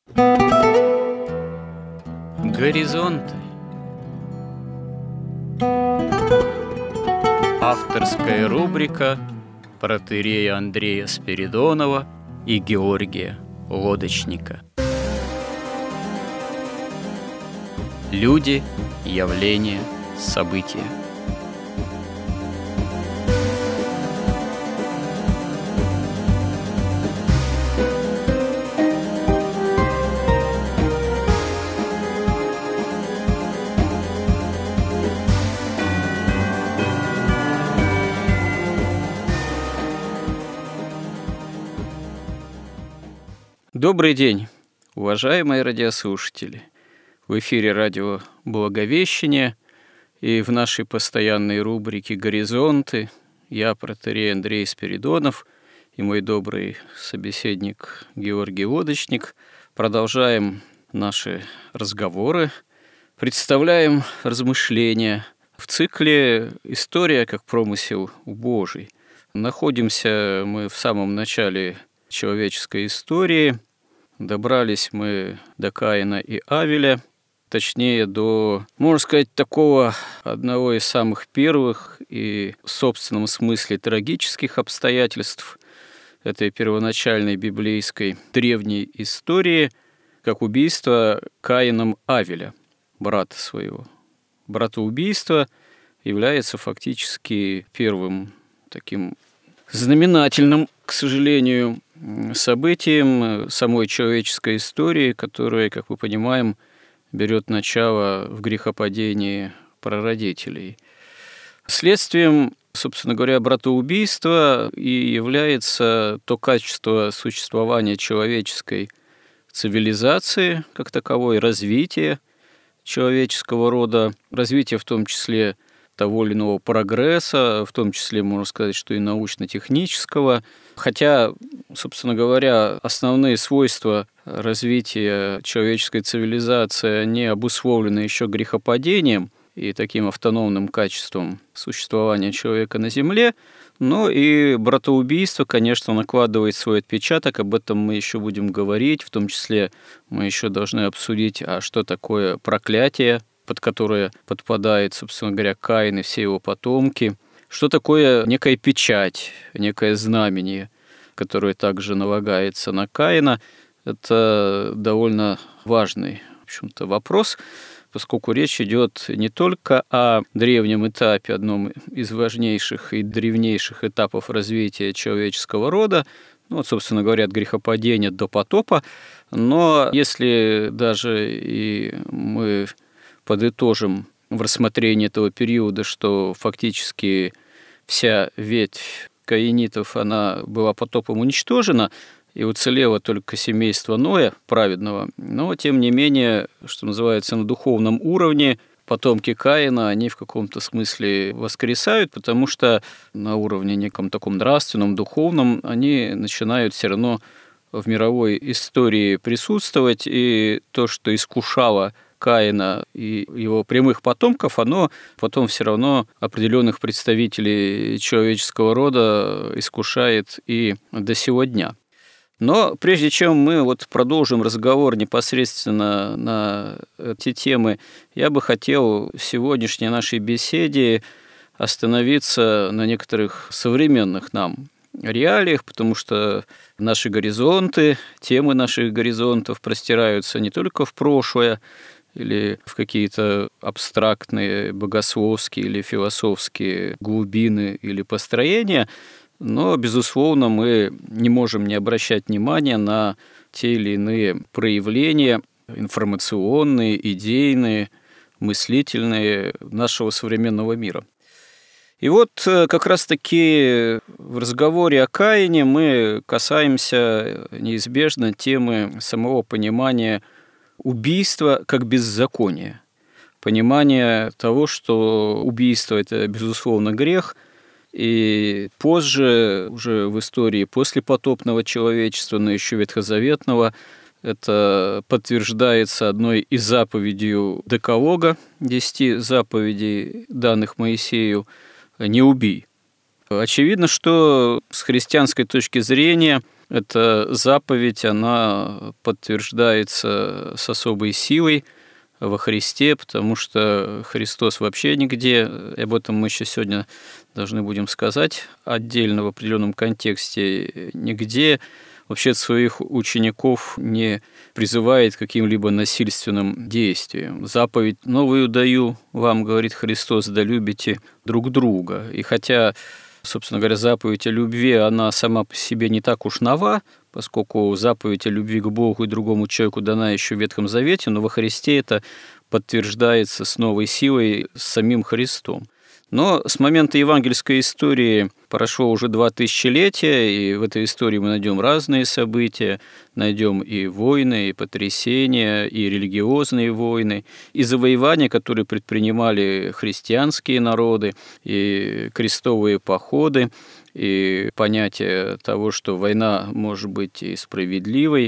Горизонты. Авторская рубрика протоиерея Андрея Спиридонова и Георгия Лодочника. Люди, явления, события. Добрый день, уважаемые радиослушатели! В эфире радио «Благовещение» и в нашей постоянной рубрике «Горизонты» я, протоиерей Андрей Спиридонов, и мой добрый собеседник Георгий Лодочник продолжаем наши разговоры, представляем размышления в цикле «История как промысел Божий». Находимся мы в самом начале человеческой истории. Добрались мы до Каина и Авеля, точнее, до, можно сказать, такого одного из самых первых и в собственном смысле трагических обстоятельств этой первоначальной библейской древней истории, как убийство Каином Авеля, брата своего. Братоубийство является фактически первым таким знаменательным, к сожалению, событием самой человеческой истории, которая, как мы понимаем, берет начало в грехопадении прародителей. Следствием, собственно говоря, братоубийства и является то качество существования человеческой цивилизации как таковой, развитие человеческого рода, развитие в том числе того или иного прогресса, в том числе, можно сказать, что и научно-технического. Хотя, собственно говоря, основные свойства развития человеческой цивилизации, они обусловлены еще грехопадением и таким автономным качеством существования человека на Земле, но и братоубийство, конечно, накладывает свой отпечаток, об этом мы еще будем говорить, в том числе мы еще должны обсудить, а что такое проклятие, под которое подпадает, собственно говоря, Каин и все его потомки. Что такое некая печать, некое знамение, которое также налагается на Каина? Это довольно важный, в общем-то, вопрос, поскольку речь идет не только о древнем этапе, одном из важнейших и древнейших этапов развития человеческого рода, собственно говоря, от грехопадения до потопа, но если даже и мы подытожим в рассмотрении этого периода, что фактически вся ветвь каинитов, она была потопом уничтожена, и уцелело только семейство Ноя, праведного, но, тем не менее, что называется, на духовном уровне потомки Каина, они в каком-то смысле воскресают, потому что на уровне неком таком нравственном, духовном, они начинают все равно в мировой истории присутствовать, и то, что искушало Каина и его прямых потомков, оно потом все равно определенных представителей человеческого рода искушает и до сего дня. Но прежде чем мы продолжим разговор непосредственно на эти темы, я бы хотел в сегодняшней нашей беседе остановиться на некоторых современных нам реалиях, потому что наши горизонты, темы наших горизонтов простираются не только в прошлое, или в какие-то абстрактные богословские или философские глубины или построения, но, безусловно, мы не можем не обращать внимания на те или иные проявления информационные, идейные, мыслительные нашего современного мира. И как раз-таки в разговоре о Каине мы касаемся неизбежно темы самого понимания убийство как беззаконие, понимание того, что убийство – это, безусловно, грех, и позже, уже в истории послепотопного человечества, но еще ветхозаветного, это подтверждается одной из заповедей Декалога, 10 заповедей, данных Моисею, «Не убий». Очевидно, что с христианской точки зрения эта заповедь, она подтверждается с особой силой во Христе, потому что Христос вообще нигде, об этом мы еще сегодня должны будем сказать отдельно в определенном контексте, нигде вообще своих учеников не призывает к каким-либо насильственным действиям. Заповедь новую даю вам, говорит Христос, да любите друг друга. И хотя, собственно говоря, заповедь о любви, она сама по себе не так уж нова, поскольку заповедь о любви к Богу и другому человеку дана еще в Ветхом Завете, но во Христе это подтверждается с новой силой с самим Христом. Но с момента евангельской истории прошло уже 2 тысячелетия, и в этой истории мы найдем разные события, найдем и войны, и потрясения, и религиозные войны, и завоевания, которые предпринимали христианские народы, и крестовые походы, и понятие того, что война может быть и справедливой,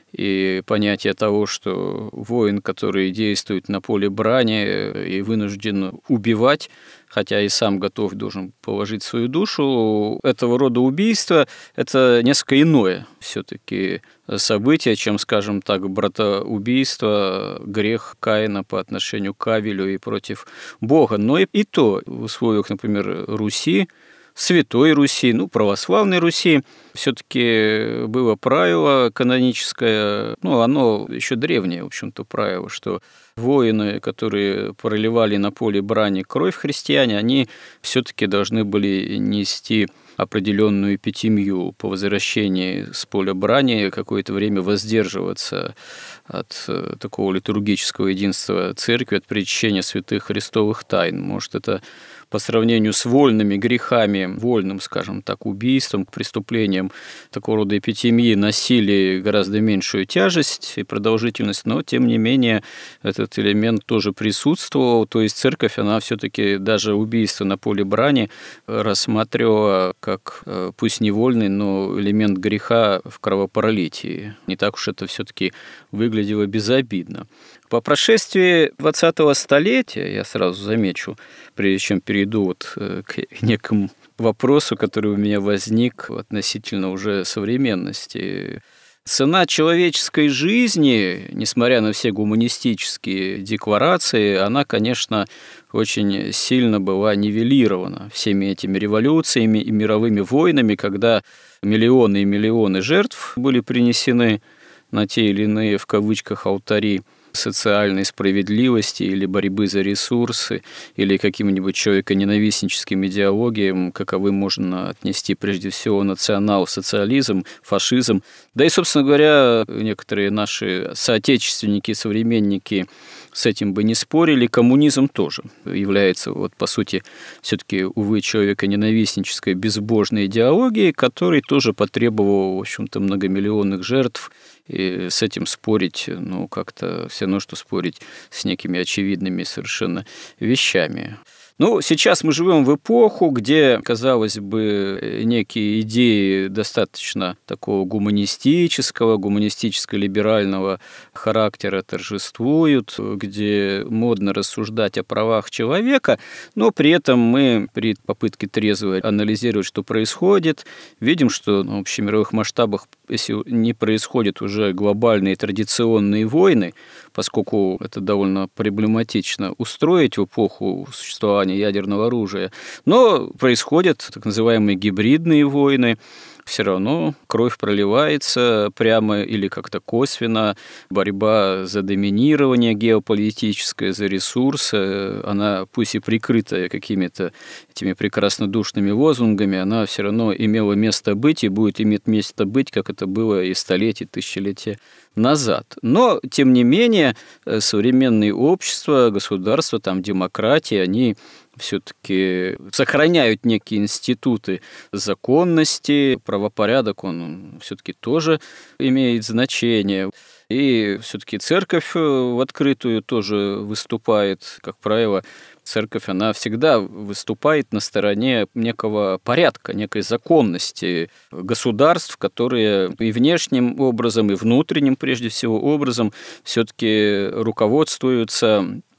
и понятие того, что воин, который действует на поле брани и вынужден убивать, хотя и сам готов должен положить свою душу, этого рода убийство – это несколько иное все-таки событие, чем, скажем так, братоубийство, грех Каина по отношению к Авелю и против Бога. Но и то в условиях, например, Руси, Святой Руси, православной Руси, все-таки было правило каноническое, оно еще древнее, в общем-то, правило, что воины, которые проливали на поле брани кровь христиане, они все-таки должны были нести определенную эпитимию по возвращении с поля брани, какое-то время воздерживаться от такого литургического единства церкви, от причащения святых христовых тайн. Может, это по сравнению с вольными грехами, вольным, скажем так, убийством, преступлением такого рода эпитемии носили гораздо меньшую тяжесть и продолжительность, но, тем не менее, этот элемент тоже присутствовал. То есть церковь, она все-таки даже убийство на поле брани рассматривала как, пусть невольный, но элемент греха в кровопролитии. Не так уж это все-таки выглядело безобидно. По прошествии 20-го столетия, я сразу замечу, прежде чем перейду к некому вопросу, который у меня возник относительно уже современности, цена человеческой жизни, несмотря на все гуманистические декларации, она, конечно, очень сильно была нивелирована всеми этими революциями и мировыми войнами, когда миллионы и миллионы жертв были принесены на те или иные, в кавычках, алтари социальной справедливости или борьбы за ресурсы, или каким-нибудь человеконенавистническим идеологиям, каковым можно отнести прежде всего национал-социализм, фашизм. Да и, собственно говоря, некоторые наши соотечественники, современники с этим бы не спорили. Коммунизм тоже является, по сути, все-таки, увы, человеконенавистнической безбожной идеологией, который тоже потребовал, в общем-то, многомиллионных жертв. И с этим спорить, как-то все равно, что спорить с некими очевидными совершенно вещами. Сейчас мы живем в эпоху, где, казалось бы, некие идеи достаточно такого гуманистическо-либерального характера торжествуют, где модно рассуждать о правах человека, но при этом мы при попытке трезво анализировать, что происходит, видим, что в общемировых масштабах, если не происходят уже глобальные традиционные войны, поскольку это довольно проблематично устроить в эпоху существования ядерного оружия, но происходят так называемые гибридные войны, все равно кровь проливается прямо или как-то косвенно, борьба за доминирование геополитическое, за ресурсы, она пусть и прикрытая какими-то этими прекраснодушными лозунгами, она все равно имела место быть и будет иметь место быть, как это было и столетия, тысячелетия назад. Но, тем не менее, современные общества, государства, демократии, они все-таки сохраняют некие институты законности, правопорядок, он все-таки тоже имеет значение. И все-таки церковь в открытую тоже выступает, как правило, церковь, она всегда выступает на стороне некого порядка, некой законности государств, которые и внешним образом, и внутренним, прежде всего, образом все-таки руководствуются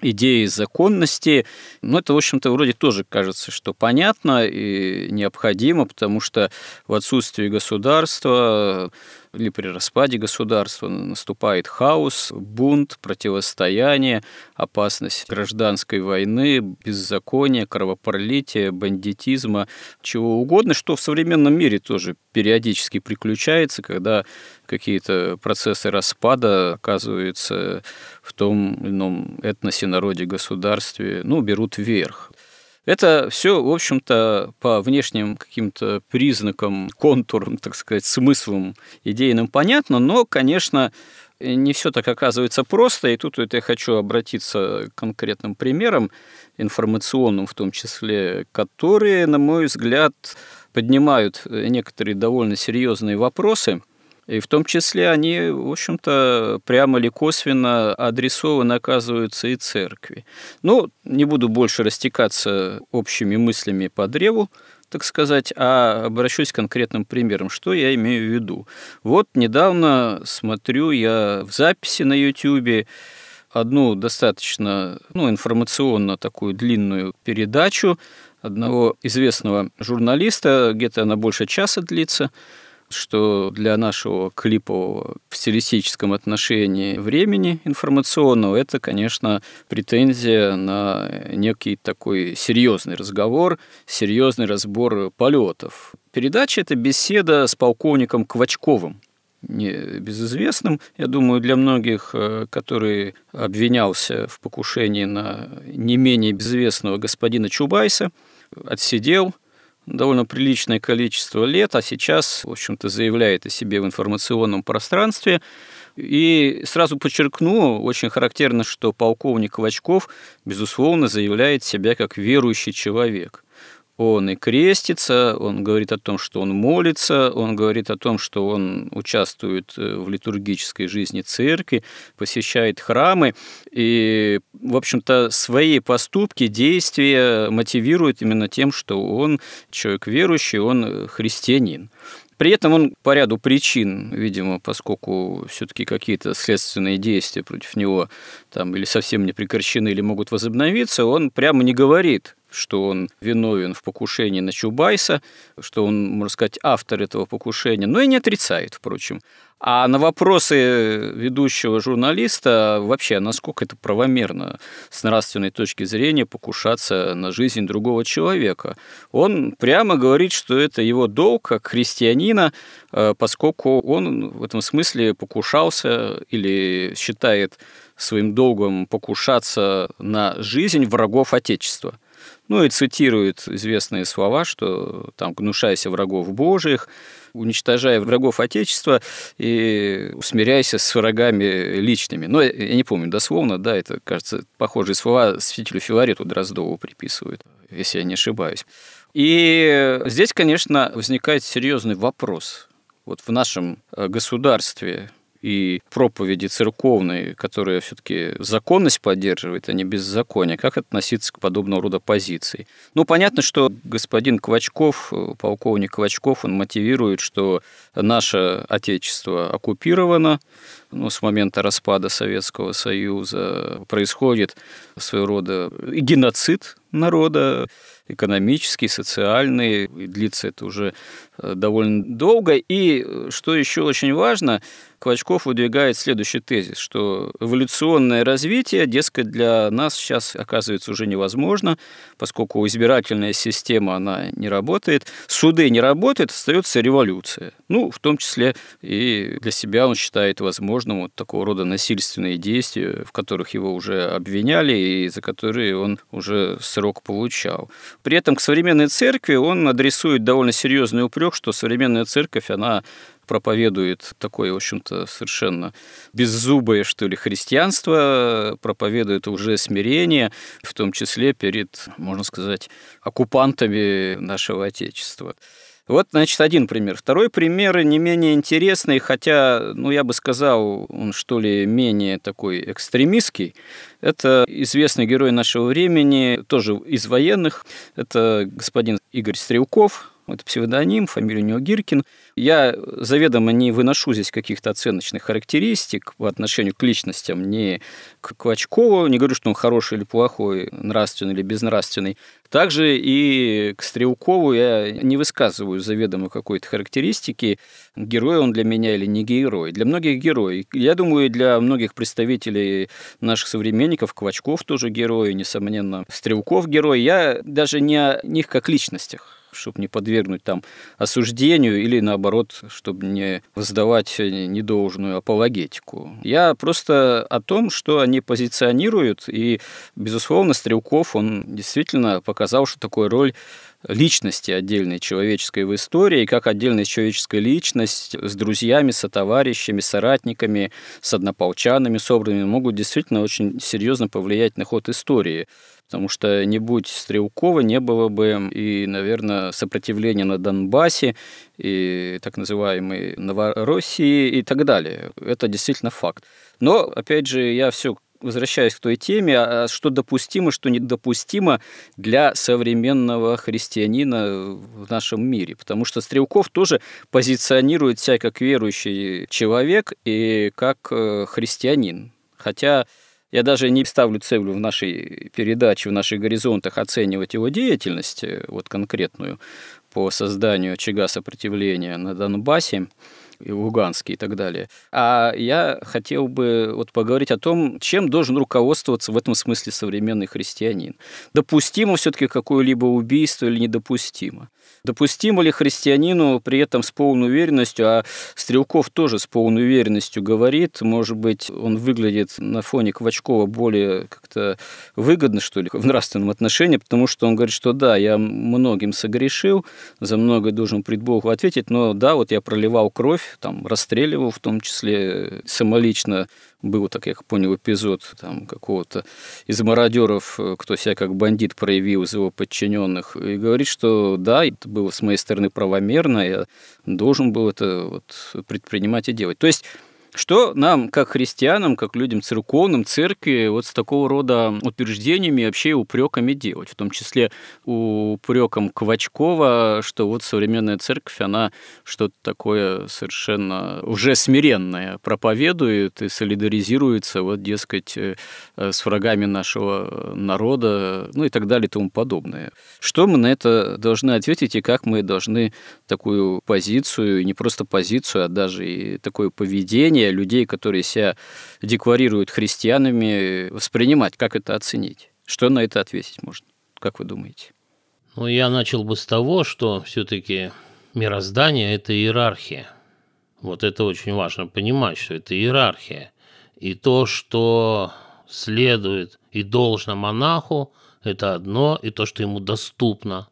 идеи законности. Но это, в общем-то, вроде тоже кажется, что понятно и необходимо, потому что в отсутствии государства или при распаде государства наступает хаос, бунт, противостояние, опасность гражданской войны, беззакония, кровопролития, бандитизма, чего угодно, что в современном мире тоже периодически приключается, когда какие-то процессы распада оказываются в том или ином этносе, народе, государстве, берут верх. Это все, в общем-то, по внешним каким-то признакам, контурам, так сказать, смыслам идейным понятно, но, конечно, не все так оказывается просто, и тут я хочу обратиться к конкретным примерам, информационным в том числе, которые, на мой взгляд, поднимают некоторые довольно серьезные вопросы, и в том числе они, в общем-то, прямо или косвенно адресованы, оказываются, и церкви. Не буду больше растекаться общими мыслями по древу, так сказать, а обращусь к конкретным примерам. Что я имею в виду? Вот недавно смотрю я в записи на YouTube одну достаточно информационно такую длинную передачу одного известного журналиста, где-то она больше часа длится, что для нашего клипового в стилистическом отношении времени информационного это, конечно, претензия на некий такой серьезный разговор, серьезный разбор полетов. Передача – это беседа с полковником Квачковым, небезызвестным, я думаю, для многих, который обвинялся в покушении на не менее безызвестного господина Чубайса, отсидел довольно приличное количество лет, а сейчас, в общем-то, заявляет о себе в информационном пространстве. И сразу подчеркну, очень характерно, что полковник Квачков, безусловно, заявляет себя как верующий человек. Он и крестится, он говорит о том, что он молится, он говорит о том, что он участвует в литургической жизни церкви, посещает храмы и, в общем-то, свои поступки, действия мотивирует именно тем, что он человек верующий, он христианин. При этом он по ряду причин, видимо, поскольку все-таки какие-то следственные действия против него или совсем не прекращены, или могут возобновиться, он прямо не говорит, что он виновен в покушении на Чубайса, что он, можно сказать, автор этого покушения, но и не отрицает, впрочем. А на вопросы ведущего журналиста вообще, насколько это правомерно с нравственной точки зрения покушаться на жизнь другого человека, он прямо говорит, что это его долг как христианина, поскольку он в этом смысле покушался или считает своим долгом покушаться на жизнь врагов Отечества. И цитирует известные слова, что гнушайся врагов Божиих, уничтожая врагов Отечества и смиряйся с врагами личными. Но я не помню дословно, это, кажется, похожие слова святителю Филарету Дроздову приписывают, если я не ошибаюсь. И здесь, конечно, возникает серьезный вопрос. Вот в нашем государстве и проповеди церковной, которая все-таки законность поддерживает, а не беззаконие, как относиться к подобного рода позиции? Понятно, что господин Квачков, полковник Квачков, он мотивирует, что наше Отечество оккупировано, с момента распада Советского Союза происходит своего рода геноцид народа, экономический, социальный, и длится это уже довольно долго. И, что еще очень важно, Квачков выдвигает следующий тезис, что эволюционное развитие, дескать, для нас сейчас оказывается уже невозможно, поскольку избирательная система, она не работает, суды не работают, остается революция. В том числе и для себя он считает возможным вот такого рода насильственные действия, в которых его уже обвиняли и за которые он уже срок получал. При этом к современной церкви он адресует довольно серьезный упрек, что современная церковь, она проповедует такое, в общем-то, совершенно беззубое, что ли, христианство, проповедует уже смирение, в том числе перед, можно сказать, оккупантами нашего Отечества. Вот, значит, один пример. Второй пример не менее интересный, хотя, я бы сказал, он, что ли, менее такой экстремистский. Это известный герой нашего времени, тоже из военных. Это господин Игорь Стрелков, Это псевдоним, фамилия у него Гиркин. Я заведомо не выношу здесь каких-то оценочных характеристик по отношению к личностям, ни к Квачкову, не говорю, что он хороший или плохой, нравственный или безнравственный. Также и к Стрелкову я не высказываю заведомо какой-то характеристики, герой он для меня или не герой. Для многих герой. Я думаю, для многих представителей наших современников Квачков тоже герой, несомненно, Стрелков герой. Я даже не о них как личностях, чтобы не подвергнуть там осуждению или, наоборот, чтобы не воздавать недолжную апологетику. Я просто о том, что они позиционируют, и, безусловно, Стрелков, он действительно показал, что такое роль личности отдельной человеческой в истории, и как отдельная человеческая личность с друзьями, сотоварищами, соратниками, с однополчанами собранными могут действительно очень серьезно повлиять на ход истории. Потому что не будь Стрелкова, не было бы и, наверное, сопротивления на Донбассе, и так называемой Новороссии и так далее. Это действительно факт. Но, опять же, я все возвращаюсь к той теме, что допустимо, что недопустимо для современного христианина в нашем мире. Потому что Стрелков тоже позиционирует себя как верующий человек и как христианин. Хотя я даже не ставлю целью в нашей передаче, в наших горизонтах оценивать его деятельность, вот конкретную, по созданию очага сопротивления на Донбассе, и Луганске и так далее. А я хотел бы вот поговорить о том, чем должен руководствоваться в этом смысле современный христианин. Допустимо все-таки какое-либо убийство или недопустимо? Допустимо ли христианину при этом с полной уверенностью, а Стрелков тоже с полной уверенностью говорит, может быть, он выглядит на фоне Квачкова более как-то выгодно, что ли, в нравственном отношении, потому что он говорит, что да, я многим согрешил, за многое должен пред Богом ответить, но да, вот я проливал кровь, там, расстреливал, в том числе самолично. Был, так я понял, эпизод там, какого-то из мародеров, кто себя как бандит проявил из его подчиненных, и говорит, что да, это было с моей стороны правомерно, я должен был это вот предпринимать и делать. То есть, что нам, как христианам, как людям церковным, церкви, вот с такого рода утверждениями, вообще упреками делать, в том числе упреком Квачкова, что вот современная церковь, она что-то такое совершенно уже смиренное проповедует и солидаризируется, вот, дескать, с врагами нашего народа, ну и так далее и тому подобное. Что мы на это должны ответить и как мы должны такую позицию, не просто позицию, а даже и такое поведение людей, которые себя декларируют христианами, воспринимать, как это оценить? Что на это ответить можно? Как вы думаете? Ну, я начал бы с того, что все-таки мироздание – это иерархия. Вот это очень важно понимать, что это иерархия. И то, что следует и должно монаху, это одно, и то, что ему доступно.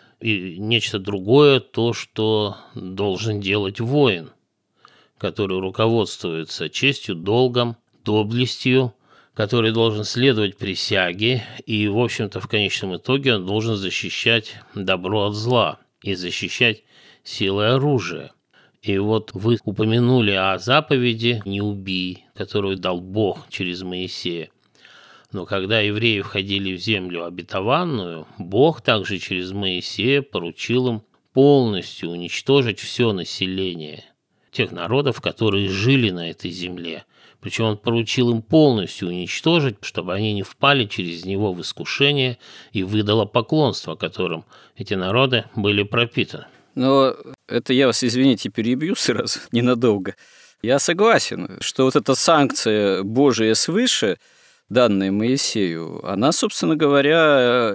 И нечто другое, то, что должен делать воин, который руководствуется честью, долгом, доблестью, который должен следовать присяге, и, в общем-то, в конечном итоге он должен защищать добро от зла и защищать силой оружия. И вот вы упомянули о заповеди «Не убий», которую дал Бог через Моисея. Но когда евреи входили в землю обетованную, Бог также через Моисея поручил им полностью уничтожить все население тех народов, которые жили на этой земле. Причем он поручил им полностью уничтожить, чтобы они не впали через него в искушение и в идолопоклонство, которым эти народы были пропитаны. Но это я вас, извините, перебью сразу ненадолго. Я согласен, что вот эта санкция Божия свыше, данная Моисею, она, собственно говоря,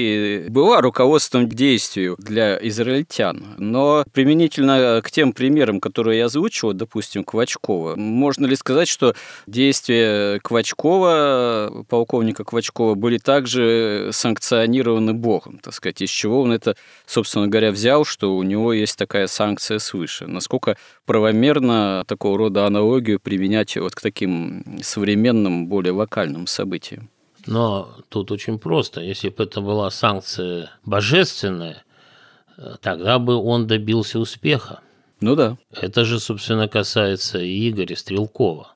и была руководством к действию для израильтян. Но применительно к тем примерам, которые я озвучил, допустим, Квачкова, можно ли сказать, что действия Квачкова, полковника Квачкова, были также санкционированы Богом, так сказать, из чего он это, собственно говоря, взял, что у него есть такая санкция свыше? Насколько правомерно такого рода аналогию применять вот к таким современным, более локальным событиям? Но тут очень просто. Если бы это была санкция божественная, тогда бы он добился успеха. Ну да. Это же, собственно, касается и Игоря Стрелкова.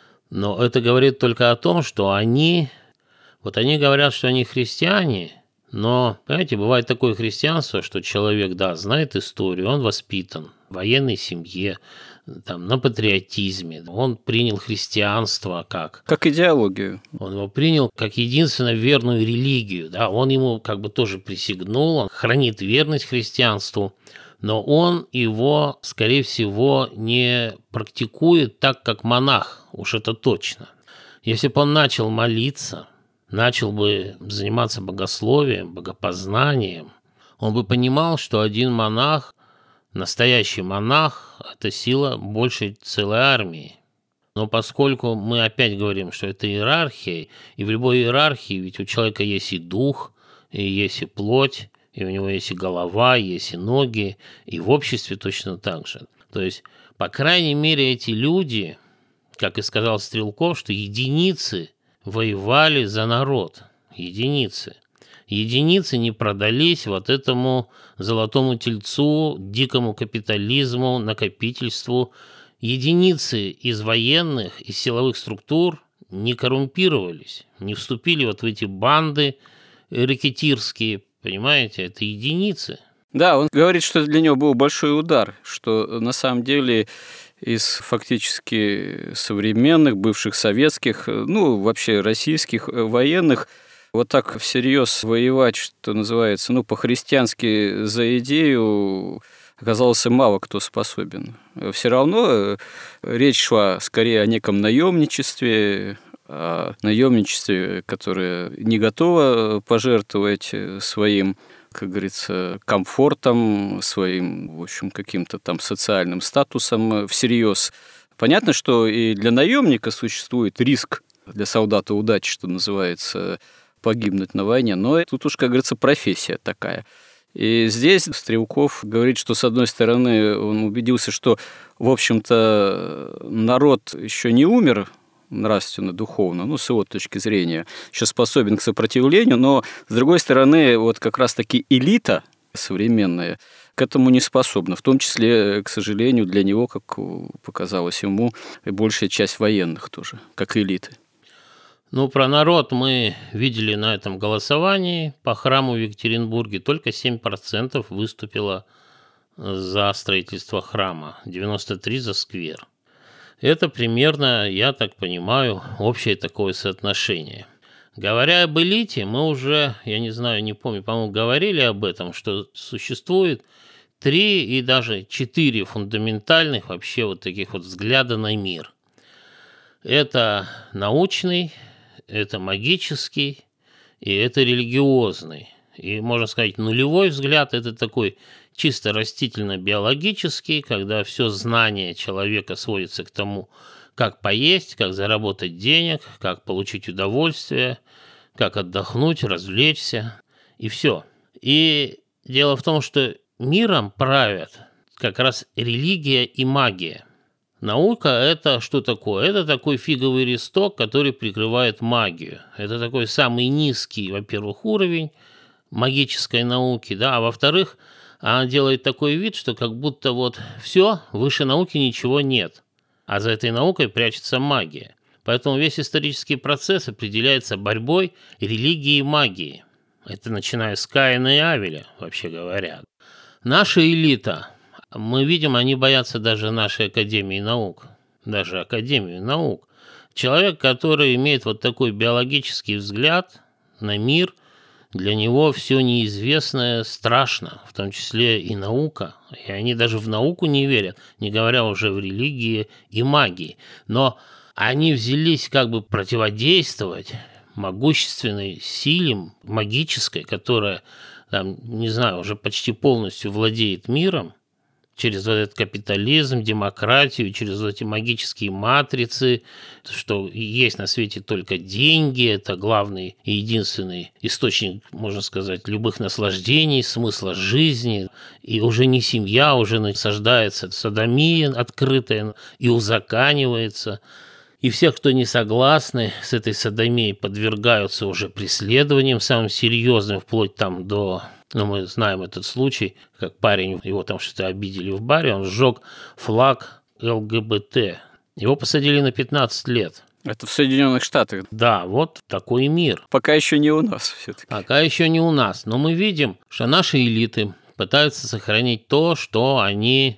Но это говорит только о том, что они говорят, что они христиане, Но, понимаете, бывает такое христианство, что человек, да, знает историю, он воспитан в военной семье, там, на патриотизме. Он принял христианство как идеологию. Он его принял как единственно верную религию. Да? Он ему как бы тоже присягнул, он хранит верность христианству, но он его, скорее всего, не практикует так, как монах, уж это точно. Если бы он начал молиться, начал бы заниматься богословием, богопознанием, он бы понимал, что один монах, настоящий монах – это сила больше целой армии. Но поскольку мы опять говорим, что это иерархия, и в любой иерархии ведь у человека есть и дух, и есть и плоть, и у него есть и голова, есть и ноги, и в обществе точно так же. То есть, по крайней мере, эти люди, как и сказал Стрелков, что единицы воевали за народ. Единицы. Единицы не продались вот этому золотому тельцу, дикому капитализму, накопительству. Единицы из военных, из силовых структур не коррумпировались, не вступили вот в эти банды рэкетирские, понимаете, это единицы. Да, он говорит, что для него был большой удар, что на самом деле из фактически современных, бывших советских, ну, вообще российских военных, вот так всерьез воевать, что называется, ну, по-христиански за идею, оказался мало кто способен. Все равно речь шла скорее о неком наемничестве, которое не готово пожертвовать своим, как говорится, комфортом, своим, в общем, каким-то там социальным статусом всерьез. Понятно, что и для наемника существует риск, для солдата удачи, что называется, погибнуть на войне, но тут уж, как говорится, профессия такая. И здесь Стрелков говорит, что, с одной стороны, он убедился, что, в общем-то, народ еще не умер нравственно, духовно, ну, с его точки зрения, еще способен к сопротивлению, но, с другой стороны, вот как раз-таки элита современная к этому не способна, в том числе, к сожалению, для него, как показалось ему, и большая часть военных тоже, как элиты. Ну, про народ мы видели на этом голосовании. По храму в Екатеринбурге только 7% выступило за строительство храма, 93% за сквер. Это примерно, я так понимаю, общее такое соотношение. Говоря об элите, мы уже, я не знаю, не помню, по-моему, говорили об этом, что существует 3 и даже 4 фундаментальных вообще вот таких вот взгляда на мир. Это научный, это магический и это религиозный. И, можно сказать, нулевой взгляд – это такой чисто растительно-биологический, когда все знание человека сводится к тому, как поесть, как заработать денег, как получить удовольствие, как отдохнуть, развлечься, и все. И дело в том, что миром правят как раз религия и магия. Наука – это что такое? Это такой фиговый листок, который прикрывает магию. Это такой самый низкий, во-первых, уровень магической науки, да, а во-вторых, она делает такой вид, что как будто вот все, выше науки ничего нет, а за этой наукой прячется магия. Поэтому весь исторический процесс определяется борьбой религии и магии. Это начиная с Каина и Авеля, вообще говоря. Наша элита, мы видим, они боятся даже нашей Академии наук, даже Академию наук. Человек, который имеет вот такой биологический взгляд на мир, для него все неизвестное страшно, в том числе и наука. И они даже в науку не верят, не говоря уже в религии и магии. Но они взялись как бы противодействовать могущественной силе магической, которая, там, не знаю, уже почти полностью владеет миром, через вот этот капитализм, демократию, через вот эти магические матрицы, что есть на свете только деньги, это главный и единственный источник, можно сказать, любых наслаждений, смысла жизни. И уже не семья, уже насаждается содомия открытая и узаканивается. И все, кто не согласны с этой содомией, подвергаются уже преследованиям самым серьезным, вплоть там до... Ну, мы знаем этот случай, как парень, его там что-то обидели в баре, он сжег флаг ЛГБТ. Его посадили на 15 лет. Это в Соединенных Штатах. Да, вот такой мир. Пока еще не у нас все-таки. Пока еще не у нас. Но мы видим, что наши элиты пытаются сохранить то, что они,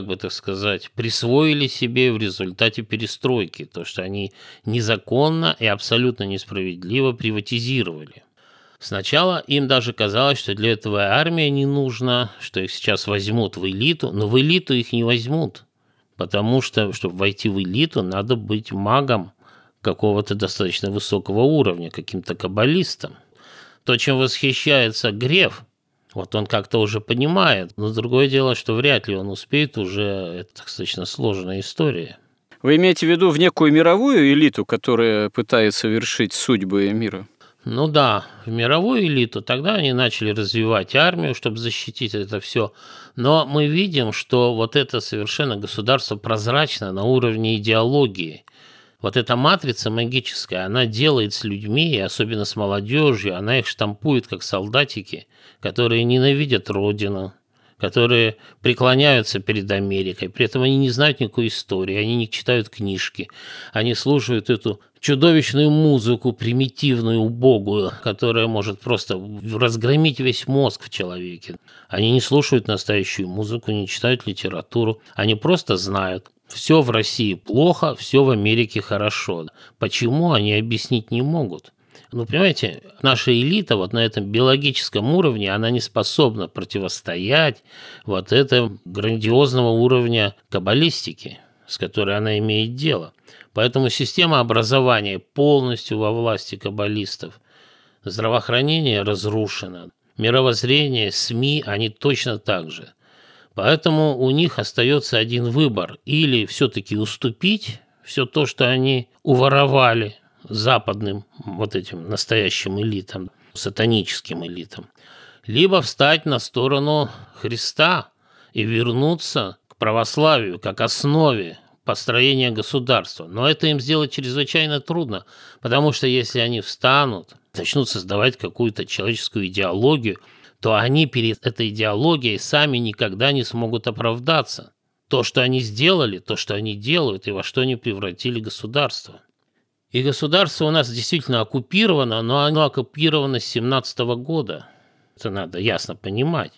присвоили себе в результате перестройки. То, что они незаконно и абсолютно несправедливо приватизировали. Сначала им даже казалось, что для этого армия не нужна, что их сейчас возьмут в элиту, но в элиту их не возьмут, потому что, чтобы войти в элиту, надо быть магом какого-то достаточно высокого уровня, каким-то каббалистом. То, чем восхищается Греф, вот он как-то уже понимает, но другое дело, что вряд ли он успеет уже, это достаточно сложная история. Вы имеете в виду в некую мировую элиту, которая пытается вершить судьбы мира? Ну да, в мировую элиту тогда они начали развивать армию, чтобы защитить это все. Но мы видим, что вот это совершенно государство прозрачно на уровне идеологии. Вот эта матрица магическая, она делает с людьми, и особенно с молодежью, она их штампует как солдатики, которые ненавидят родину, которые преклоняются перед Америкой, при этом они не знают никакой истории, они не читают книжки, они слушают эту чудовищную музыку, примитивную, убогую, которая может просто разгромить весь мозг в человеке. Они не слушают настоящую музыку, не читают литературу, они просто знают. Все в России плохо, все в Америке хорошо. Почему, они объяснить не могут. Ну, понимаете, наша элита вот на этом биологическом уровне, она не способна противостоять вот этому грандиозного уровня каббалистики, с которой она имеет дело. Поэтому система образования полностью во власти каббалистов. Здравоохранение разрушено. Мировоззрение, СМИ, они точно так же. Поэтому у них остается один выбор. Или все-таки уступить все то, что они уворовали западным вот этим настоящим элитам, сатаническим элитам, либо встать на сторону Христа и вернуться к православию как основе построения государства. Но это им сделать чрезвычайно трудно, потому что если они встанут, начнут создавать какую-то человеческую идеологию, то они перед этой идеологией сами никогда не смогут оправдаться. То, что они сделали, то, что они делают, и во что они превратили государство. И государство у нас действительно оккупировано, но оно оккупировано с 1917 года. Это надо ясно понимать,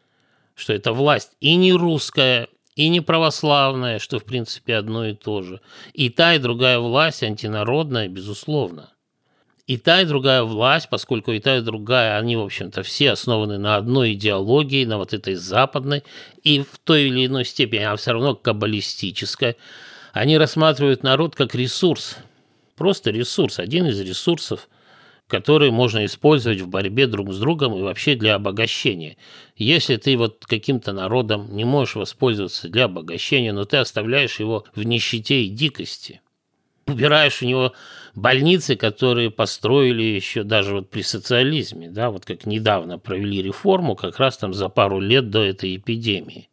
что это власть и не русская, и не православная, что в принципе одно и то же. И та, и другая власть антинародная, безусловно. И та, и другая власть, поскольку и та, и другая, они, в общем-то, все основаны на одной идеологии, на вот этой западной, и в той или иной степени, она все равно каббалистическая. Они рассматривают народ как ресурс. Просто ресурс, один из ресурсов, который можно использовать в борьбе друг с другом и вообще для обогащения. Если ты вот каким-то народом не можешь воспользоваться для обогащения, но ты оставляешь его в нищете и дикости, убираешь у него больницы, которые построили еще даже вот при социализме, да, вот как недавно провели реформу, как раз там за пару лет до этой эпидемии.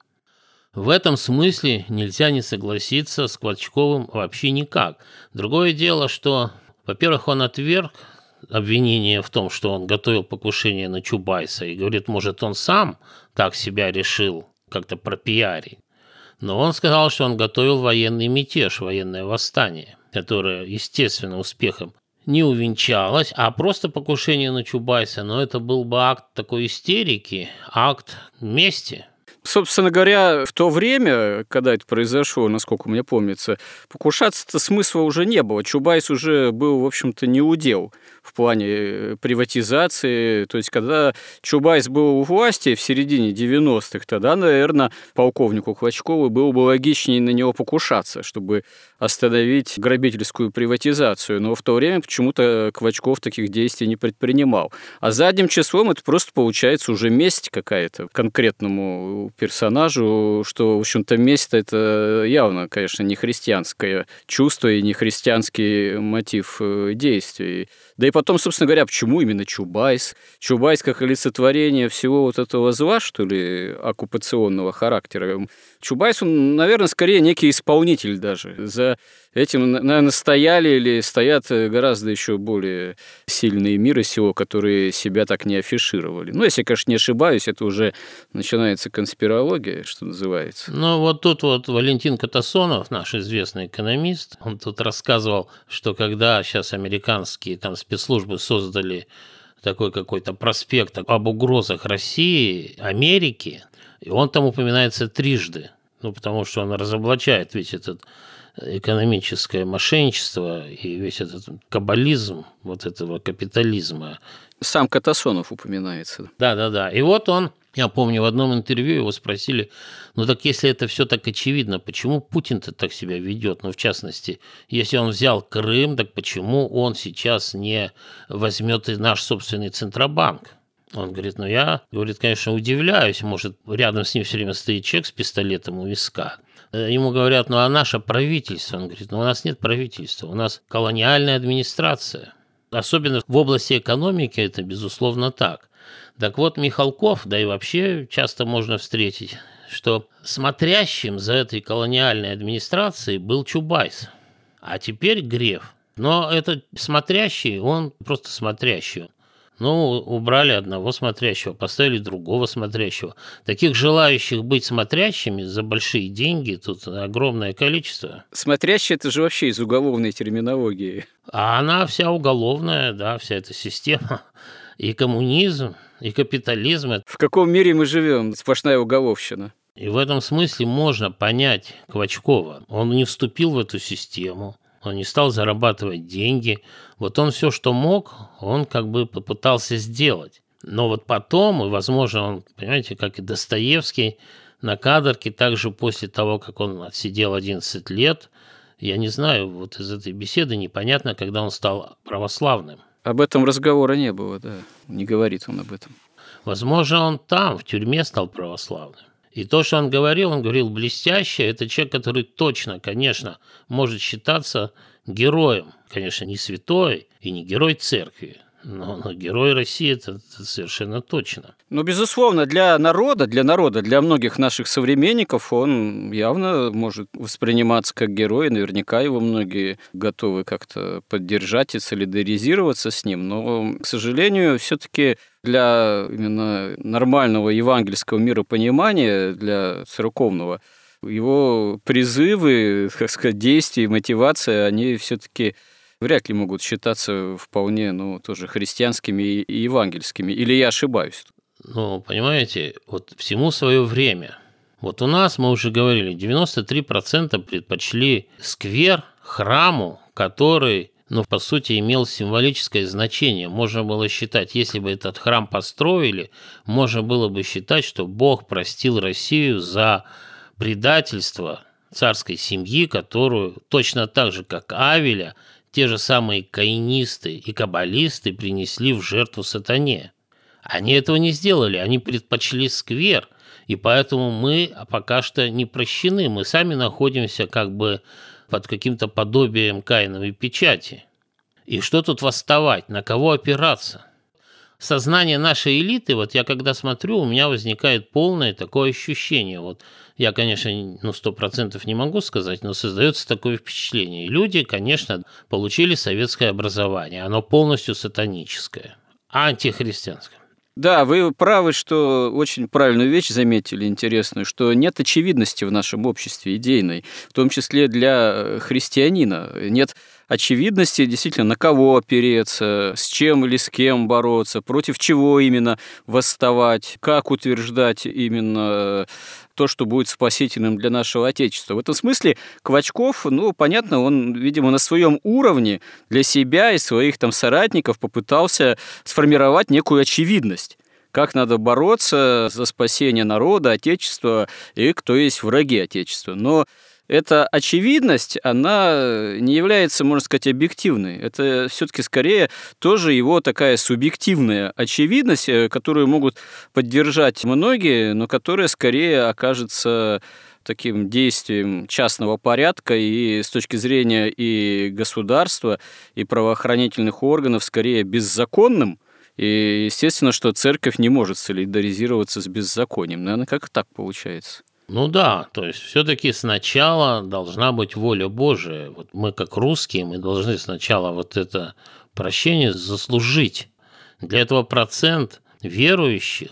В этом смысле нельзя не согласиться с Клочковым вообще никак. Другое дело, что, во-первых, он отверг обвинение в том, что он готовил покушение на Чубайса, и говорит, может, он сам так себя решил как-то пропиарить. Но он сказал, что он готовил военный мятеж, военное восстание, которое, естественно, успехом не увенчалось, а просто покушение на Чубайса, но это был бы акт такой истерики, акт мести. Собственно говоря, в то время, когда это произошло, насколько мне помнится, покушаться-то смысла уже не было. Чубайс уже был, в общем-то, не удел в плане приватизации. То есть, когда Чубайс был у власти в середине 90-х, тогда, наверное, полковнику Клочкову было бы логичнее на него покушаться, чтобы остановить грабительскую приватизацию. Но в то время почему-то Клочков таких действий не предпринимал. А задним числом это просто получается уже месть какая-то конкретному персонажу, что, в общем-то, месть это явно, конечно, не христианское чувство и не христианский мотив действий. Да и потом, собственно говоря, почему именно Чубайс? Чубайс как олицетворение всего вот этого зла, что ли, оккупационного характера. Чубайс, он, наверное, скорее некий исполнитель даже. За этим, наверное, стояли или стоят гораздо еще более сильные мира сего, которые себя так не афишировали. Ну, если, конечно, не ошибаюсь, это уже начинается конспирация конспирология, что называется. Ну, вот тут вот Валентин Катасонов, наш известный экономист, он тут рассказывал, что когда сейчас американские там спецслужбы создали такой какой-то проспект об угрозах России, Америки, и он там упоминается трижды, потому что он разоблачает весь этот экономическое мошенничество и весь этот каббализм вот этого капитализма. Сам Катасонов упоминается. Да. И вот он, я помню, в одном интервью его спросили, так если это все так очевидно, почему Путин-то так себя ведет? В частности, если он взял Крым, так почему он сейчас не возьмет и наш собственный Центробанк? Он говорит, я, конечно, удивляюсь, может, рядом с ним все время стоит человек с пистолетом у виска. Ему говорят, а наше правительство? Он говорит, у нас нет правительства, у нас колониальная администрация. Особенно в области экономики это, безусловно, так. Так вот, Михалков, да и вообще часто можно встретить, что смотрящим за этой колониальной администрацией был Чубайс, а теперь Греф. Но этот смотрящий, он просто смотрящий. Убрали одного смотрящего, поставили другого смотрящего. Таких желающих быть смотрящими за большие деньги тут огромное количество. Смотрящий – это же вообще из уголовной терминологии. А она вся уголовная, да, вся эта система. И коммунизм, и капитализм. В каком мире мы живем? Сплошная уголовщина. И в этом смысле можно понять Квачкова. Он не вступил в эту систему. Он не стал зарабатывать деньги. Вот он все, что мог, он попытался сделать. Но потом, и, возможно, он, понимаете, как и Достоевский, на каторге, также после того, как он отсидел 11 лет, я не знаю, из этой беседы непонятно, когда он стал православным. Об этом разговора не было, да, не говорит он об этом. Возможно, он там, в тюрьме, стал православным. И то, что он говорил блестяще. Это человек, который точно, конечно, может считаться героем. Конечно, не святой и не герой церкви, но герой России это совершенно точно. Безусловно, для народа, для многих наших современников он явно может восприниматься как герой. Наверняка его многие готовы как-то поддержать и солидаризироваться с ним. Но, к сожалению, все-таки для именно нормального евангельского миропонимания, для церковного, его призывы, действия, мотивация, они все-таки вряд ли могут считаться вполне, тоже христианскими и евангельскими. Или я ошибаюсь? Понимаете, всему свое время. У нас, мы уже говорили, 93% предпочли сквер храму, который, по сути, имел символическое значение. Можно было считать, если бы этот храм построили, можно было бы считать, что Бог простил Россию за предательство царской семьи, которую точно так же, как Авеля, те же самые каинисты и каббалисты принесли в жертву сатане. Они этого не сделали, они предпочли сквер, и поэтому мы пока что не прощены. Мы сами находимся под каким-то подобием Каиновой печати. И что тут восставать, на кого опираться? Сознание нашей элиты, я когда смотрю, у меня возникает полное такое ощущение. Я, конечно, 100% не могу сказать, но создается такое впечатление. Люди, конечно, получили советское образование, оно полностью сатаническое, антихристианское. Да, вы правы, что очень правильную вещь заметили, интересную, что нет очевидности в нашем обществе идейной, в том числе для христианина. Нет очевидности, действительно, на кого опереться, с чем или с кем бороться, против чего именно восставать, как утверждать именно то, что будет спасительным для нашего Отечества. В этом смысле Квачков, понятно, он, видимо, на своем уровне для себя и своих соратников попытался сформировать некую очевидность, как надо бороться за спасение народа, Отечества и кто есть враги Отечества. Но эта очевидность, она не является, можно сказать, объективной. Это все-таки скорее тоже его такая субъективная очевидность, которую могут поддержать многие, но которая скорее окажется таким действием частного порядка и с точки зрения и государства, и правоохранительных органов скорее беззаконным. И естественно, что церковь не может солидаризироваться с беззаконием. Наверное, как так получается? Да, то есть все-таки сначала должна быть воля Божия. Мы, как русские, мы должны сначала это прощение заслужить. Для этого процент верующих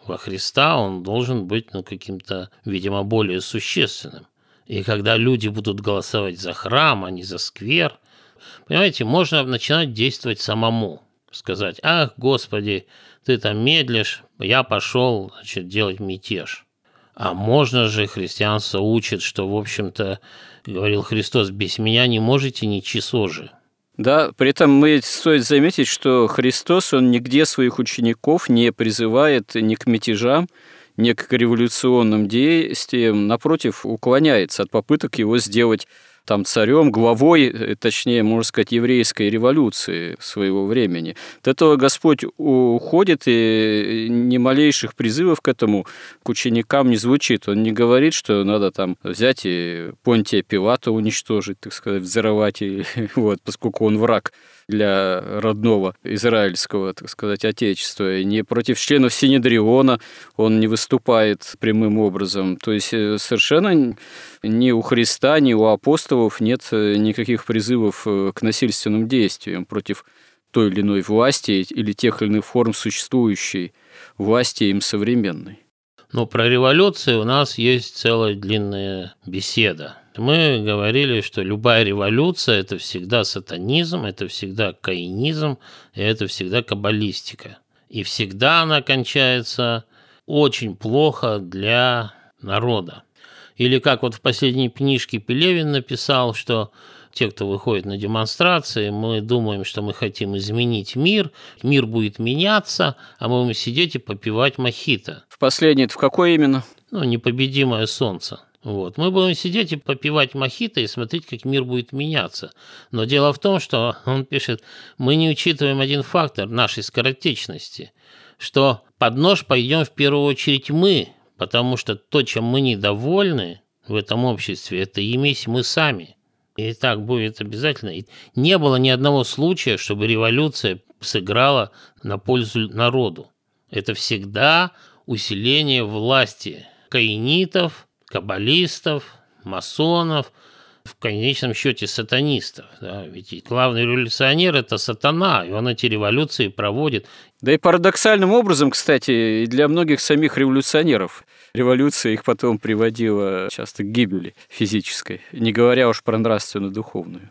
во Христа, он должен быть каким-то, видимо, более существенным. И когда люди будут голосовать за храм, а не за сквер, понимаете, можно начинать действовать самому. Сказать: ах, Господи, ты там медлишь, я пошел, делать мятеж. А можно же, христианство учит, что, в общем-то, говорил Христос: без меня не можете ни часожи. Да, при этом стоит заметить, что Христос, он нигде своих учеников не призывает ни к мятежам, ни к революционным действиям, напротив, уклоняется от попыток его сделать там царем, главой, точнее, можно сказать, еврейской революции своего времени. От этого Господь уходит, и ни малейших призывов к этому к ученикам не звучит. Он не говорит, что надо там взять и Понтия Пилата уничтожить, так сказать, взорвать, поскольку он враг для родного израильского, так сказать, отечества. И не против членов Синедриона он не выступает прямым образом. То есть совершенно ни у Христа, ни у апостолов нет никаких призывов к насильственным действиям против той или иной власти или тех или иных форм существующей власти им современной. Но про революцию у нас есть целая длинная беседа. Мы говорили, что любая революция – это всегда сатанизм, это всегда каинизм, и это всегда каббалистика. И всегда она кончается очень плохо для народа. Или как в последней книжке Пелевин написал, что те, кто выходит на демонстрации, мы думаем, что мы хотим изменить мир будет меняться, а мы будем сидеть и попивать мохито. В последней в какой именно? «Непобедимое солнце». Мы будем сидеть и попивать мохито и смотреть, как мир будет меняться. Но дело в том, что, он пишет, мы не учитываем один фактор нашей скоротечности, что под нож пойдем в первую очередь мы, потому что то, чем мы недовольны в этом обществе, это и есть мы сами. И так будет обязательно. И не было ни одного случая, чтобы революция сыграла на пользу народу. Это всегда усиление власти каинитов, каббалистов, масонов, в конечном счете сатанистов. Да? Ведь главный революционер – это сатана, и он эти революции проводит. Да и парадоксальным образом, кстати, и для многих самих революционеров революция их потом приводила часто к гибели физической, не говоря уж про нравственно-духовную.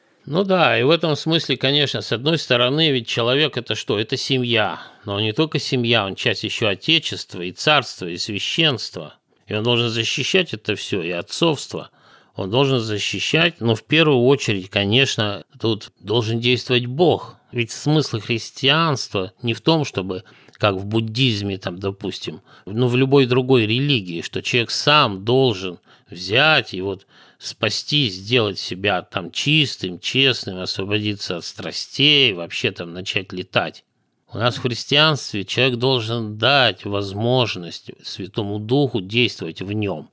Да, и в этом смысле, конечно, с одной стороны, ведь человек – это что? Это семья. Но не только семья, он часть еще отечества, и царства, и священства. И он должен защищать это все, и отцовство. Он должен защищать, но в первую очередь, конечно, тут должен действовать Бог. Ведь смысл христианства не в том, чтобы, как в буддизме, допустим, в любой другой религии, что человек сам должен взять и спасти, сделать себя чистым, честным, освободиться от страстей, вообще начать летать. У нас в христианстве человек должен дать возможность Святому Духу действовать в нем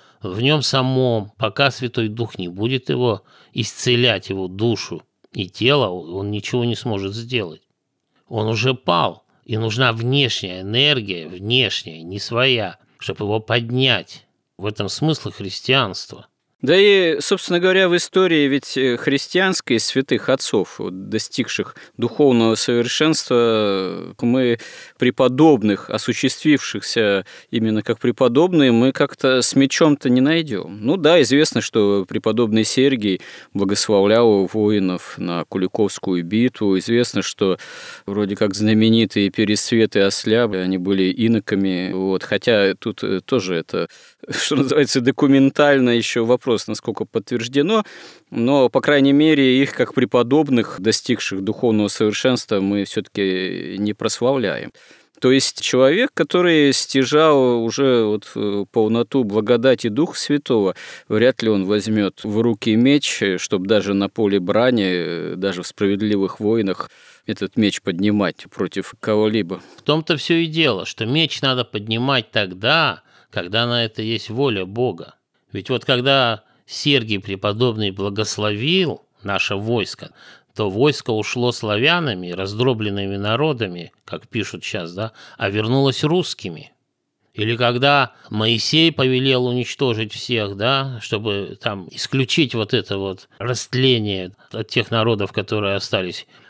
самом, пока Святой Дух не будет его исцелять, его душу и тело, он ничего не сможет сделать. Он уже пал, и нужна внешняя энергия, внешняя, не своя, чтобы его поднять. В этом смысл христианства. Да и, собственно говоря, в истории ведь христианской святых отцов, достигших духовного совершенства, мы преподобных, осуществившихся именно как преподобные, мы как-то с мечом-то не найдем. Известно, что преподобный Сергий благословлял воинов на Куликовскую битву. Известно, что вроде как знаменитые Пересвет и Осля, они были иноками. Хотя тут тоже это, что называется, документально еще вопрос, насколько подтверждено, но, по крайней мере, их как преподобных, достигших духовного совершенства, мы все-таки не прославляем. То есть человек, который стяжал уже полноту благодати Духа Святого, вряд ли он возьмет в руки меч, чтобы даже на поле брани, даже в справедливых войнах этот меч поднимать против кого-либо. В том-то все и дело, что меч надо поднимать тогда, когда на это есть воля Бога. Ведь когда Сергий преподобный благословил наше войско, то войско ушло славянами, раздробленными народами, как пишут сейчас, а вернулось русскими. Или когда Моисей повелел уничтожить всех, чтобы исключить это растление от тех народов, которые остались.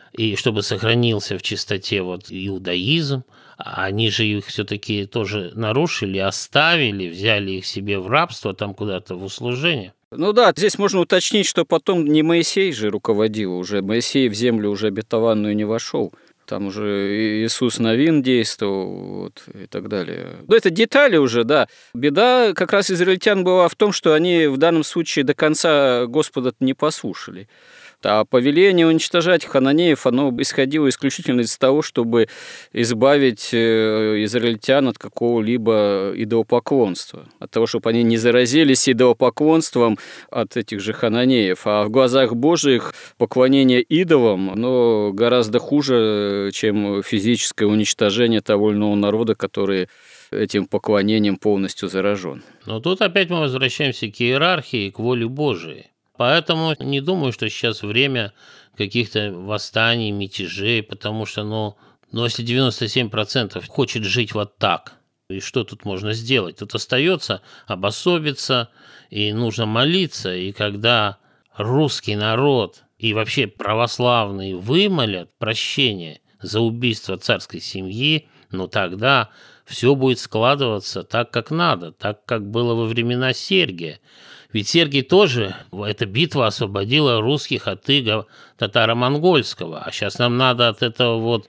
и чтобы сохранился в чистоте вот иудаизм. Они же их все-таки тоже нарушили, оставили, взяли их себе в рабство, там куда-то в услужение. Ну да, здесь можно уточнить, что потом не Моисей же руководил уже. Моисей в землю уже обетованную не вошел. Там уже Иисус Навин действовал, вот, и так далее. Но это детали уже, да. Беда как раз израильтян была в том, что они в данном случае до конца Господа не послушали. А повеление уничтожать хананеев, оно исходило исключительно из того, чтобы избавить израильтян от какого-либо идолопоклонства, от того, чтобы они не заразились идолопоклонством от этих же хананеев. А в глазах Божьих поклонение идолам, оно гораздо хуже, чем физическое уничтожение того или иного народа, который этим поклонением полностью заражен. Но тут опять мы возвращаемся к иерархии и к воле Божией. Поэтому не думаю, что сейчас время каких-то восстаний, мятежей, потому что, если 97% хочет жить вот так, и что тут можно сделать? Тут остается обособиться, и нужно молиться, и когда русский народ и вообще православные вымолят прощение за убийство царской семьи, тогда все будет складываться так, как надо, так, как было во времена Сергия. Ведь Сергий тоже, эта битва освободила русских от ига татаро-монгольского, а сейчас нам надо от этого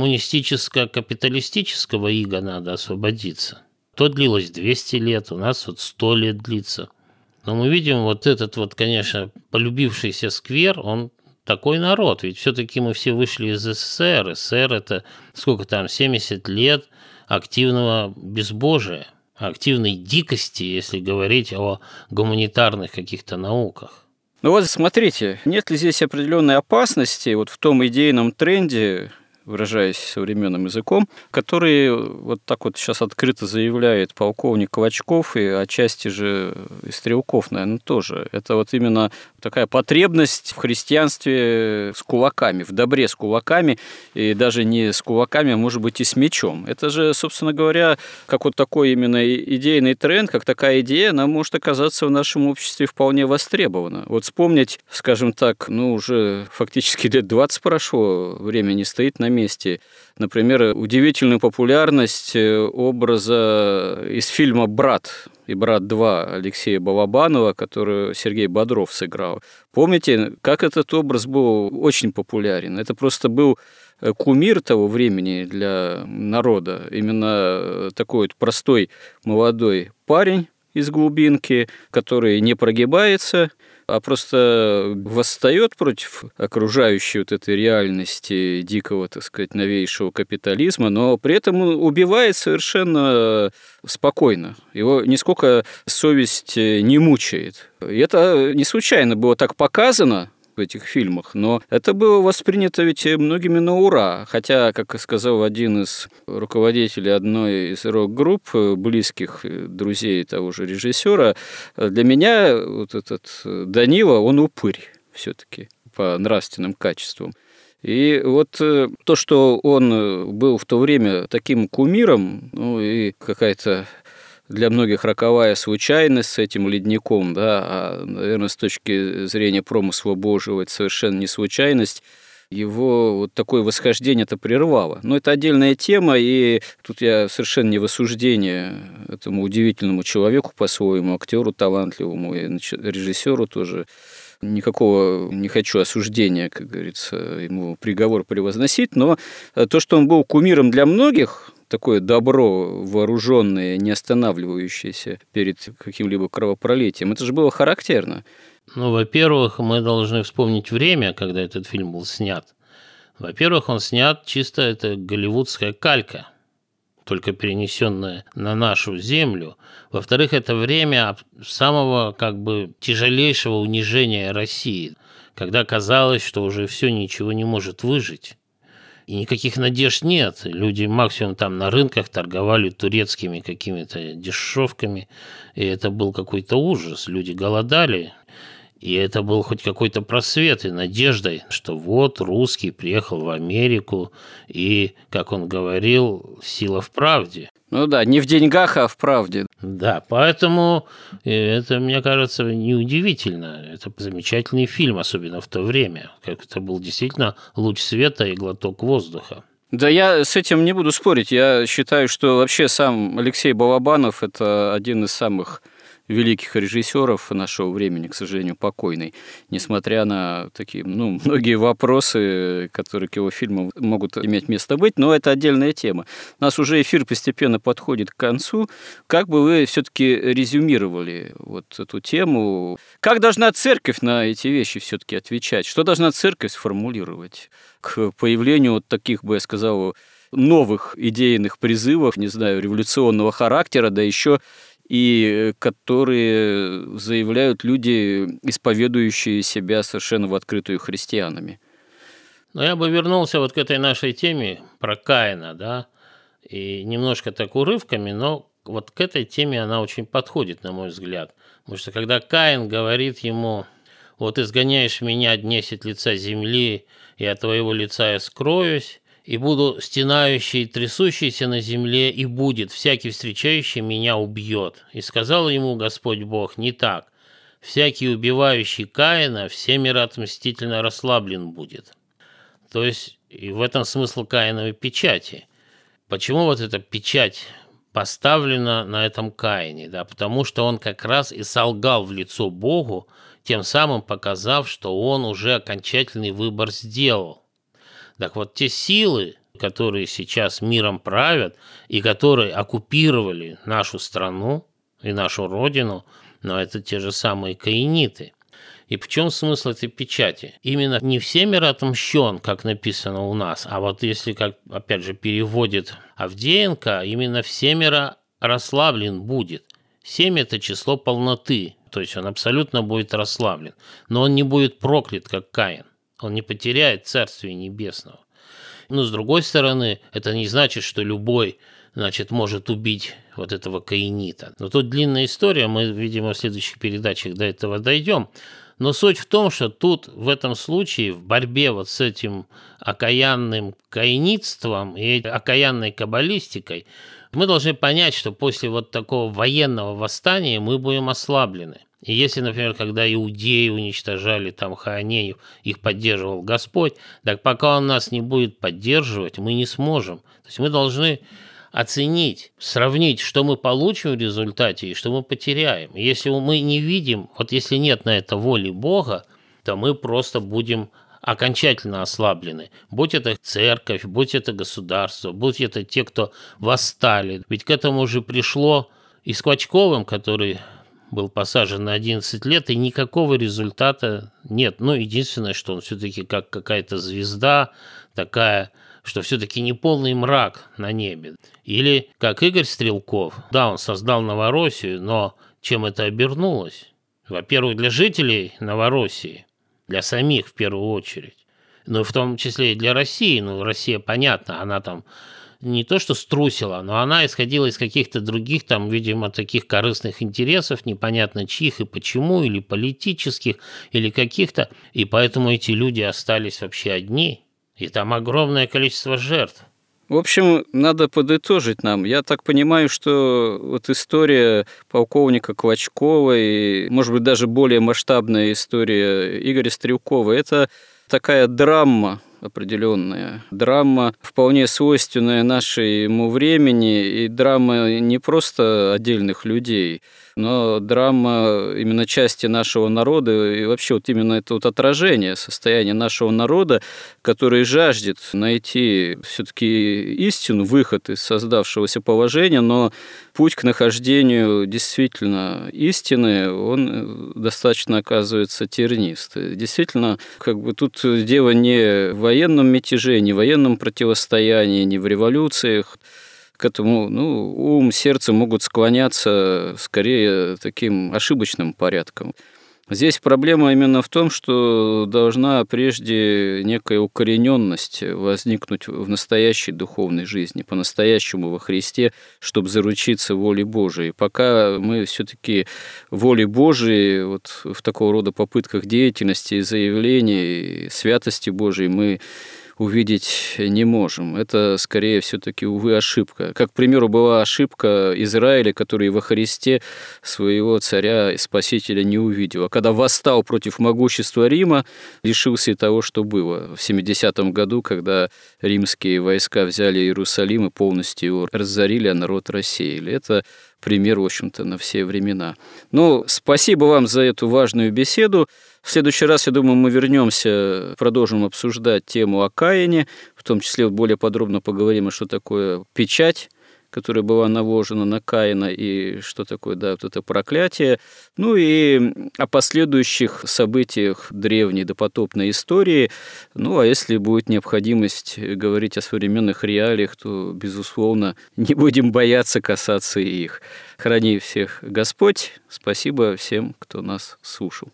коммунистическо-капиталистического ига надо освободиться. То длилось 200 лет, у нас 100 лет длится. Но мы видим этот, конечно, полюбившийся сквер, он такой народ, ведь все-таки мы все вышли из СССР. СССР – это 70 лет активного безбожия, активной дикости, если говорить о гуманитарных каких-то науках. Смотрите, нет ли здесь определенной опасности в том идейном тренде, выражаясь современным языком, который так сейчас открыто заявляет полковник Клочков и отчасти же и Стрелков, наверное, тоже. Это именно такая потребность в христианстве с кулаками, в добре с кулаками, и даже не с кулаками, а может быть и с мечом. Это же, собственно говоря, как такой именно идейный тренд, как такая идея, она может оказаться в нашем обществе вполне востребована. Вспомнить, скажем так, уже фактически лет 20 прошло, время не стоит на месте. Например, удивительную популярность образа из фильма «Брат» и «Брат 2» Алексея Балабанова, который Сергей Бодров сыграл. Помните, как этот образ был очень популярен? Это просто был кумир того времени для народа. Именно такой простой молодой парень из глубинки, который не прогибается, а просто восстает против окружающей этой реальности дикого, новейшего капитализма, но при этом убивает совершенно спокойно. Его нисколько совесть не мучает. И это не случайно было так показано в этих фильмах, но это было воспринято ведь многими на ура. Хотя, как сказал один из руководителей одной из рок-групп, близких друзей того же режиссера, для меня этот Данила, он упырь все-таки по нравственным качествам. И то, что он был в то время таким кумиром, и какая-то для многих роковая случайность с этим ледником, а, наверное, с точки зрения промысла Божьего это совершенно не случайность, его такое восхождение это прервало. Но это отдельная тема, и тут я совершенно не в осуждение этому удивительному человеку по-своему, актеру талантливому и режиссеру тоже. Никакого не хочу осуждения, как говорится, ему приговор превозносить, но то, что он был кумиром для многих, такое добро вооруженное, не останавливающееся перед каким-либо кровопролитием, это же было характерно. Во-первых, мы должны вспомнить время, когда этот фильм был снят. Во-первых, он снят чисто, это голливудская калька, только перенесенная на нашу землю. Во-вторых, это время самого тяжелейшего унижения России, когда казалось, что уже все, ничего не может выжить. И никаких надежд нет. Люди максимум там на рынках торговали турецкими какими-то дешевками, и это был какой-то ужас. Люди голодали, и это был хоть какой-то просвет и надеждой, что русский приехал в Америку, и, как он говорил, сила в правде. Ну да, не в деньгах, а в правде. Да, поэтому это, мне кажется, неудивительно. Это замечательный фильм, особенно в то время, как это был действительно луч света и глоток воздуха. Да, я с этим не буду спорить. Я считаю, что вообще сам Алексей Балабанов – это один из самых великих режиссеров нашего времени, к сожалению, покойный, несмотря на такие, многие вопросы, которые к его фильмам могут иметь место быть, но это отдельная тема. У нас уже эфир постепенно подходит к концу. Как бы вы все-таки резюмировали вот эту тему? Как должна церковь на эти вещи все-таки отвечать? Что должна церковь сформулировать к появлению вот таких, бы я сказал, новых идейных призывов, не знаю, революционного характера, да еще и которые заявляют люди, исповедующие себя совершенно в открытую христианами? Но я бы вернулся вот к этой нашей теме про Каина, да, и немножко так урывками, но вот к этой теме она очень подходит, на мой взгляд. Потому что когда Каин говорит ему: «Вот изгоняешь меня, днесь от лица земли, и от твоего лица я скроюсь, и буду стенающий, трясущийся на земле, и будет всякий встречающий меня убьет». И сказал ему Господь Бог: «Не так. Всякий убивающий Каина всемиро отмстительно расслаблен будет». То есть и в этом смысл Каиновой печати. Почему вот эта печать поставлена на этом Каине? Да? Потому что он как раз и солгал в лицо Богу, тем самым показав, что он уже окончательный выбор сделал. Так вот, те силы, которые сейчас миром правят и которые оккупировали нашу страну и нашу родину, но это те же самые каиниты. И в чем смысл этой печати? Именно не всемиро отмщен, как написано у нас, а вот если, как опять же переводит Авдеенко, именно всемиро расслаблен будет. 7 – это число полноты, то есть он абсолютно будет расслаблен. Но он не будет проклят, как Каин. Он не потеряет Царствия Небесного. Но с другой стороны, это не значит, что любой, может убить вот этого каинита. Но тут длинная история, мы, видимо, в следующих передачах до этого дойдем. Но суть в том, что тут в этом случае в борьбе вот с этим окаянным каинитством и окаянной каббалистикой мы должны понять, что после вот такого военного восстания мы будем ослаблены. И если, например, когда иудеи уничтожали там хаанеев, их поддерживал Господь, так пока Он нас не будет поддерживать, мы не сможем. То есть мы должны оценить, сравнить, что мы получим в результате и что мы потеряем. И если мы не видим, вот если нет на это воли Бога, то мы просто будем окончательно ослаблены. Будь это церковь, будь это государство, будь это те, кто восстали. Ведь к этому уже пришло и с Клочковым, который был посажен на 11 лет, и никакого результата нет. Единственное, что он все-таки как какая-то звезда такая, что все-таки не полный мрак на небе. Или как Игорь Стрелков, да, он создал Новороссию, но чем это обернулось? Во-первых, для жителей Новороссии, для самих в первую очередь, но в том числе и для России. Россия, понятно, она там не то что струсила, но она исходила из каких-то других, видимо, таких корыстных интересов, непонятно чьих и почему, или политических, или каких-то, и поэтому эти люди остались вообще одни, и там огромное количество жертв. В общем, надо подытожить нам. Я так понимаю, что вот история полковника Клочкова и, может быть, даже более масштабная история Игоря Стрелкова – это такая драма, определенная драма, вполне свойственная нашему времени, и драма не просто отдельных людей, но драма именно части нашего народа, и вообще вот именно это вот отражение состояния нашего народа, который жаждет найти все-таки истину, выход из создавшегося положения, но путь к нахождению действительно истины, он достаточно оказывается тернист. Действительно, тут дело не в военном мятеже, не в военном противостоянии, не в революциях. К этому ум, сердце могут склоняться скорее таким ошибочным порядком. Здесь проблема именно в том, что должна прежде некая укорененность возникнуть в настоящей духовной жизни, по-настоящему во Христе, чтобы заручиться волей Божией. Пока мы все-таки воле Божией в такого рода попытках деятельности и заявлений, святости Божией мы увидеть не можем. Это, скорее, все-таки, увы, ошибка. Как, к примеру, была ошибка Израиля, который во Христе своего царя и спасителя не увидел. А когда восстал против могущества Рима, лишился и того, что было. В 70-м году, когда римские войска взяли Иерусалим и полностью его разорили, а народ рассеяли. Это пример, в общем-то, на все времена. Ну, спасибо вам за эту важную беседу. В следующий раз, я думаю, мы вернемся, продолжим обсуждать тему о Каине, в том числе более подробно поговорим, что такое печать, которая была наложена на Каина, и что такое, да, вот это проклятие. Ну и о последующих событиях древней допотопной истории. Ну, а если будет необходимость говорить о современных реалиях, то, безусловно, не будем бояться касаться их. Храни всех Господь. Спасибо всем, кто нас слушал.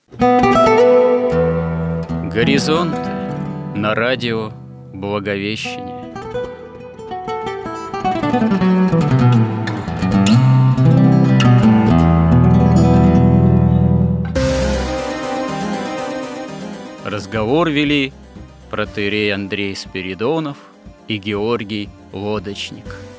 Горизонт на радио Благовещение. Разговор вели протоиерей Андрей Спиридонов и Георгий Лодочник.